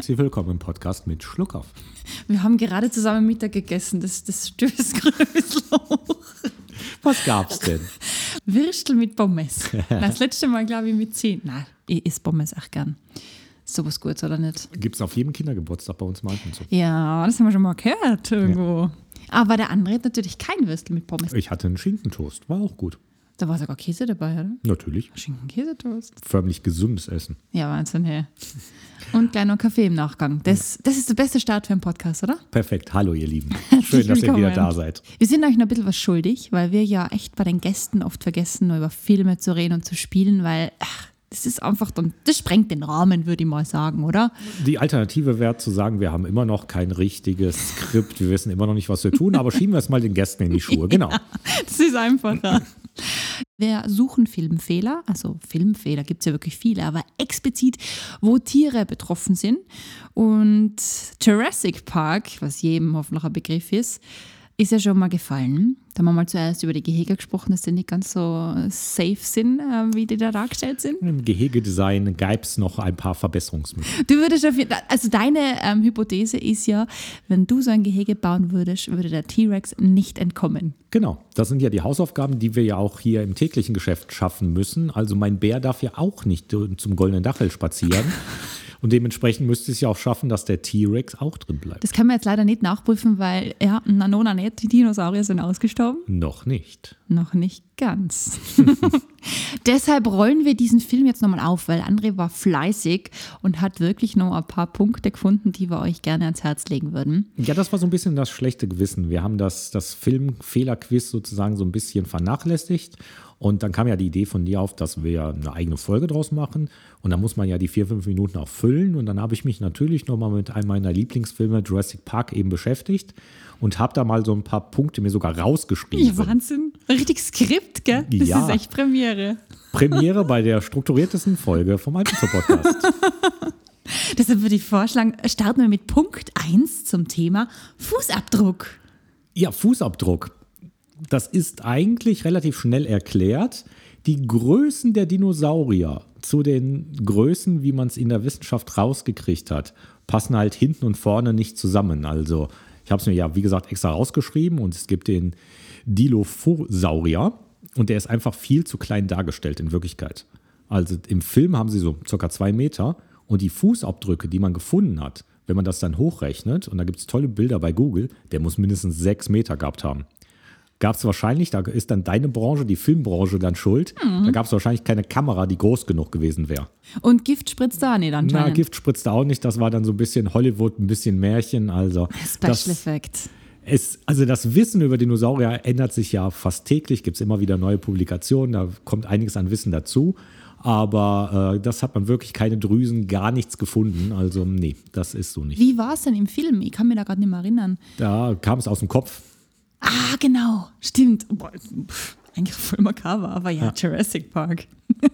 herzlich willkommen im Podcast mit Schluck auf. Wir haben gerade zusammen Mittag gegessen, das stößt gerade ein bisschen hoch. Was gab's denn? Würstel mit Pommes. Das letzte Mal, glaube ich, mit 10. Nein, ich esse Pommes auch gern. Sowas Gutes, oder nicht? Gibt's auf jedem Kindergeburtstag bei uns mal und so. Ja, das haben wir schon mal gehört irgendwo. Ja. Aber der andere hat natürlich kein Würstel mit Pommes. Ich hatte einen Schinkentoast, war auch gut. Da war sogar Käse dabei, oder? Natürlich. Schinken-Käsetoast. Förmlich gesundes Essen. Ja, Wahnsinn, hey. Und kleiner Kaffee im Nachgang. Das ist der beste Start für einen Podcast, oder? Perfekt. Hallo, ihr Lieben. Schön, dass ihr wieder da seid. Wir sind euch noch ein bisschen was schuldig, weil wir ja echt bei den Gästen oft vergessen, nur über Filme zu reden und zu spielen, weil das ist einfach, das sprengt den Rahmen, würde ich mal sagen, oder? Die Alternative wäre zu sagen, wir haben immer noch kein richtiges Skript, wir wissen immer noch nicht, was wir tun, aber schieben wir es mal den Gästen in die Schuhe. Genau. Ja, das ist einfacher. Wir suchen Filmfehler, also Filmfehler gibt es ja wirklich viele, aber explizit, wo Tiere betroffen sind. Und Jurassic Park, was jedem hoffentlich ein Begriff ist ja schon mal gefallen. Da haben wir mal zuerst über die Gehege gesprochen, dass die nicht ganz so safe sind, wie die da dargestellt sind. Im Gehegedesign gäbe es noch ein paar Verbesserungsmöglichkeiten. Du würdest also deine Hypothese ist ja, wenn du so ein Gehege bauen würdest, würde der T-Rex nicht entkommen. Genau, das sind ja die Hausaufgaben, die wir ja auch hier im täglichen Geschäft schaffen müssen. Also mein Bär darf ja auch nicht zum Goldenen Dachel spazieren. Und dementsprechend müsste es ja auch schaffen, dass der T-Rex auch drin bleibt. Das kann man jetzt leider nicht nachprüfen, weil, Nona nicht, die Dinosaurier sind ausgestorben. Noch nicht. Noch nicht ganz. Deshalb rollen wir diesen Film jetzt nochmal auf, weil André war fleißig und hat wirklich noch ein paar Punkte gefunden, die wir euch gerne ans Herz legen würden. Ja, das war so ein bisschen das schlechte Gewissen. Wir haben das Filmfehlerquiz sozusagen so ein bisschen vernachlässigt. Und dann kam ja die Idee von dir auf, dass wir eine eigene Folge draus machen. Und da muss man ja die 4-5 Minuten auch füllen. Und dann habe ich mich natürlich nochmal mit einem meiner Lieblingsfilme, Jurassic Park, eben beschäftigt. Und habe da mal so ein paar Punkte mir sogar rausgeschrieben. Ja, Wahnsinn. Richtig Skript, gell? Das ist echt Premiere. Premiere bei der strukturiertesten Folge vom Alpenzo-Podcast. Deshalb würde ich vorschlagen, starten wir mit Punkt 1 zum Thema Fußabdruck. Ja, Fußabdruck. Das ist eigentlich relativ schnell erklärt. Die Größen der Dinosaurier zu den Größen, wie man es in der Wissenschaft rausgekriegt hat, passen halt hinten und vorne nicht zusammen. Also ich habe es mir ja, wie gesagt, extra rausgeschrieben und es gibt den Dilophosaurier und der ist einfach viel zu klein dargestellt in Wirklichkeit. Also im Film haben sie so ca. 2 Meter und die Fußabdrücke, die man gefunden hat, wenn man das dann hochrechnet, und da gibt es tolle Bilder bei Google, der muss mindestens 6 Meter gehabt haben. Gab es wahrscheinlich, da ist dann deine Branche, die Filmbranche, dann schuld. Da gab es wahrscheinlich keine Kamera, die groß genug gewesen wäre. Und Gift spritzt da nicht anscheinend. Na, Gift spritzt da auch nicht. Das war dann so ein bisschen Hollywood, ein bisschen Märchen. Also Special Effect. Also das Wissen über Dinosaurier ändert sich ja fast täglich. Gibt es immer wieder neue Publikationen. Da kommt einiges an Wissen dazu. Aber das hat man wirklich keine Drüsen, gar nichts gefunden. Also nee, das ist so nicht. Wie war es denn im Film? Ich kann mich da gerade nicht mehr erinnern. Da kam es aus dem Kopf. Ah, genau, stimmt. Boah, eigentlich voll makaber, aber ja, Jurassic Park.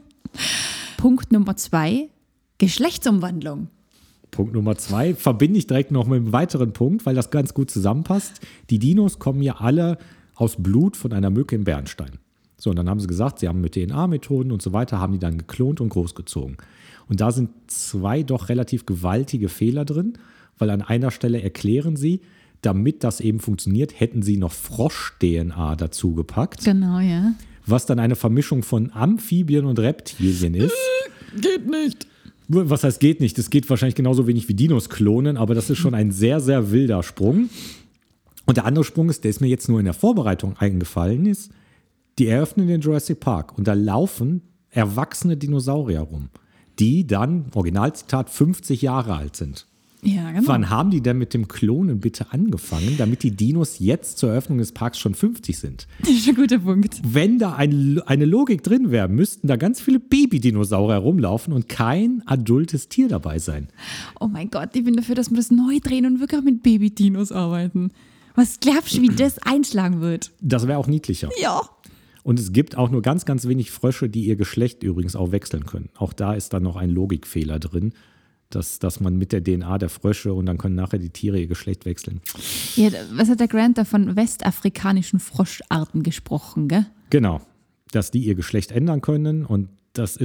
Punkt Nummer 2, Geschlechtsumwandlung. Punkt Nummer 2 verbinde ich direkt noch mit einem weiteren Punkt, weil das ganz gut zusammenpasst. Die Dinos kommen ja alle aus Blut von einer Mücke in Bernstein. So, und dann haben sie gesagt, sie haben mit DNA-Methoden und so weiter, haben die dann geklont und großgezogen. Und da sind 2 doch relativ gewaltige Fehler drin, weil an einer Stelle erklären sie, damit das eben funktioniert, hätten sie noch Frosch-DNA dazu gepackt. Genau, ja. Was dann eine Vermischung von Amphibien und Reptilien ist. Geht nicht. Was heißt geht nicht? Das geht wahrscheinlich genauso wenig wie Dinos klonen, aber das ist schon ein sehr, sehr wilder Sprung. Und der andere Sprung ist, der ist mir jetzt nur in der Vorbereitung eingefallen, ist, die eröffnen den Jurassic Park und da laufen erwachsene Dinosaurier rum, die dann, Originalzitat, 50 Jahre alt sind. Ja, genau. Wann haben die denn mit dem Klonen bitte angefangen, damit die Dinos jetzt zur Eröffnung des Parks schon 50 sind? Das ist ein guter Punkt. Wenn da eine Logik drin wäre, müssten da ganz viele Baby-Dinosaurier rumlaufen und kein adultes Tier dabei sein. Oh mein Gott, ich bin dafür, dass wir das neu drehen und wirklich mit Baby-Dinos arbeiten. Was glaubst du, wie das einschlagen wird? Das wäre auch niedlicher. Ja. Und es gibt auch nur ganz, ganz wenig Frösche, die ihr Geschlecht übrigens auch wechseln können. Auch da ist dann noch ein Logikfehler drin. Dass man mit der DNA der Frösche und dann können nachher die Tiere ihr Geschlecht wechseln. Ja, was hat der Grant da von westafrikanischen Froscharten gesprochen, gell? Genau, dass die ihr Geschlecht ändern können und das ist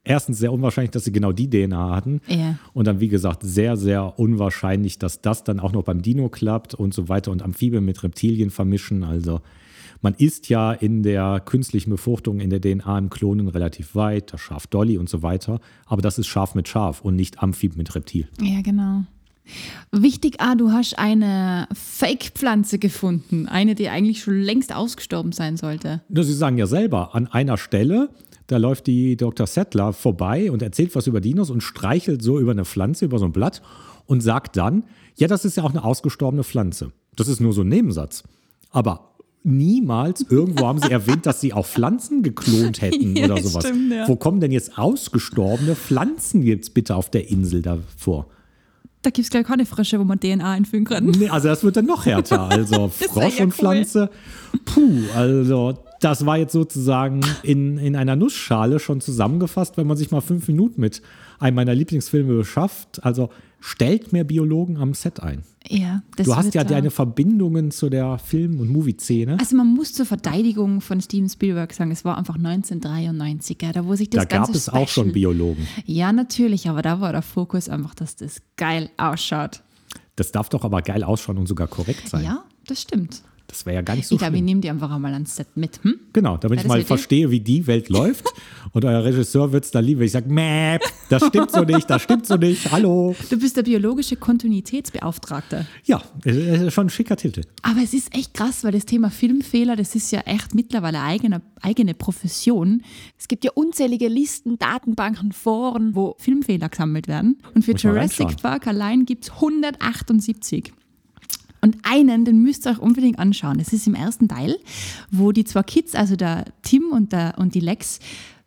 erstens sehr unwahrscheinlich, dass sie genau die DNA hatten. Ja. Und dann, wie gesagt, sehr, sehr unwahrscheinlich, dass das dann auch noch beim Dino klappt und so weiter und Amphibien mit Reptilien vermischen. Also man ist ja in der künstlichen Befruchtung, in der DNA im Klonen relativ weit, das Schaf Dolly und so weiter. Aber das ist Schaf mit Schaf und nicht Amphib mit Reptil. Ja, genau. Wichtig, du hast eine Fake-Pflanze gefunden. Eine, die eigentlich schon längst ausgestorben sein sollte. Sie sagen ja selber, an einer Stelle, da läuft die Dr. Settler vorbei und erzählt was über Dinos und streichelt so über eine Pflanze, über so ein Blatt und sagt dann, ja, das ist ja auch eine ausgestorbene Pflanze. Das ist nur so ein Nebensatz. Aber niemals irgendwo haben sie erwähnt, dass sie auch Pflanzen geklont hätten Ja, oder sowas. stimmt, ja. Wo kommen denn jetzt ausgestorbene Pflanzen jetzt bitte auf der Insel davor? Da gibt es gleich keine Frösche, wo man DNA einfügen kann. Nee, also das wird dann noch härter. Also Frosch ja und cool. Pflanze. Puh, also das war jetzt sozusagen in einer Nussschale schon zusammengefasst, wenn man sich mal 5 Minuten mit einem meiner Lieblingsfilme beschafft. Also stellt mehr Biologen am Set ein. Ja, Du hast ja deine Verbindungen zu der Film- und Movie-Szene. Also man muss zur Verteidigung von Steven Spielberg sagen, es war einfach 1993er, da wo sich das Da Ganze gab es auch schon Biologen. Ja, natürlich, aber da war der Fokus einfach, dass das geil ausschaut. Das darf doch aber geil ausschauen und sogar korrekt sein. Ja, das stimmt. Das wäre ja gar nicht so Ich glaube, ich schlimm. nehme die einfach einmal ans Set mit. Genau, damit ich das mal mit dir? verstehe, wie die Welt läuft. Und euer Regisseur wird es dann lieben, wenn ich sage, Mäh, das stimmt so nicht, das stimmt so nicht, hallo. Du bist der biologische Kontinuitätsbeauftragte. Ja, schon ein schicker Titel. Aber es ist echt krass, weil das Thema Filmfehler, das ist ja echt mittlerweile eigene Profession. Es gibt ja unzählige Listen, Datenbanken, Foren, wo Filmfehler gesammelt werden. Und für Muss mal Jurassic reinschauen. Park allein gibt es 178. Und einen, den müsst ihr euch unbedingt anschauen. Das ist im ersten Teil, wo die zwei Kids, also der Tim und die Lex,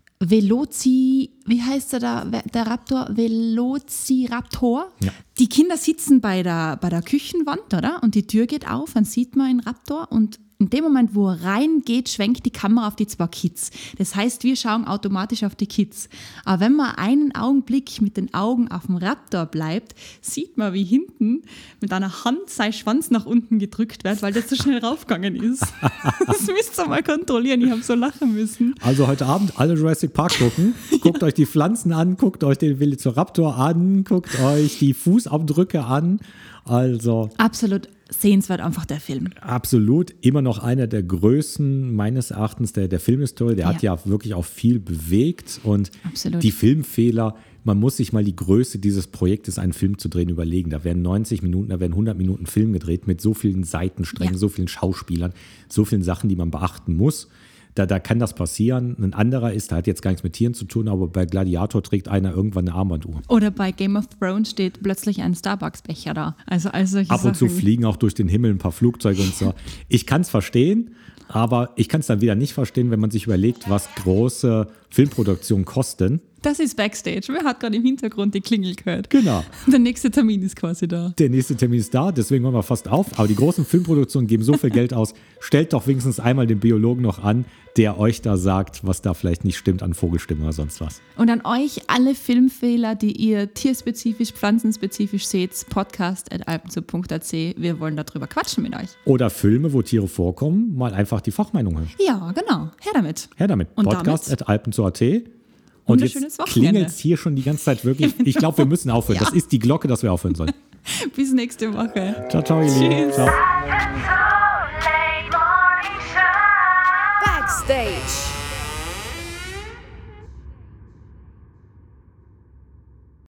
wie heißt der Raptor? Velociraptor. Ja. Die Kinder sitzen bei der Küchenwand, oder? Und die Tür geht auf, dann sieht man einen Raptor und in dem Moment, wo er reingeht, schwenkt die Kamera auf die zwei Kids. Das heißt, wir schauen automatisch auf die Kids. Aber wenn man einen Augenblick mit den Augen auf dem Raptor bleibt, sieht man, wie hinten mit einer Hand sein Schwanz nach unten gedrückt wird, weil der so schnell raufgegangen ist. Das müsst ihr mal kontrollieren, ich habe so lachen müssen. Also heute Abend alle Jurassic Park gucken. Guckt euch die Pflanzen an, guckt euch den Velociraptor an, guckt euch die Fußabdrücke an. Also Absolut sehenswert einfach der Film. absolut immer noch einer der Größen meines Erachtens der Filmhistorie. Der hat ja wirklich auch viel bewegt und Absolut. die Filmfehler, man muss sich mal die Größe dieses Projektes, einen Film zu drehen, überlegen. Da werden 90 Minuten, da werden 100 Minuten Film gedreht mit so vielen Seitensträngen, Ja. so vielen Schauspielern, so vielen Sachen, die man beachten muss. Da kann das passieren. Ein anderer ist, der hat jetzt gar nichts mit Tieren zu tun, aber bei Gladiator trägt einer irgendwann eine Armbanduhr. Oder bei Game of Thrones steht plötzlich ein Starbucks-Becher da. Also all solche Ab und zu Sachen. fliegen auch durch den Himmel ein paar Flugzeuge und so. Ich kann es verstehen, aber ich kann es dann wieder nicht verstehen, wenn man sich überlegt, was große Filmproduktionen kosten. Das ist Backstage. Wer hat gerade im Hintergrund die Klingel gehört? Genau. Der nächste Termin ist quasi da. Der nächste Termin ist da, deswegen hören wir fast auf. Aber die großen Filmproduktionen geben so viel Geld aus. Stellt doch wenigstens einmal den Biologen noch an, der euch da sagt, was da vielleicht nicht stimmt an Vogelstimmen oder sonst was. Und an euch alle Filmfehler, die ihr tierspezifisch, pflanzenspezifisch seht, podcast@alpenzoo.at. Wir wollen darüber quatschen mit euch. Oder Filme, wo Tiere vorkommen, mal einfach die Fachmeinung hören. Ja, genau. Her damit. Her damit. Und Podcast@alpenzoo.at. Und jetzt Wunderschönes Wochenende. klingelt es hier schon die ganze Zeit wirklich. Ich glaube, wir müssen aufhören. Ja. Das ist die Glocke, dass wir aufhören sollen. Bis nächste Woche. Ciao, ciao, ihr Lieben. Tschüss. Ciao. Late morning show. Backstage.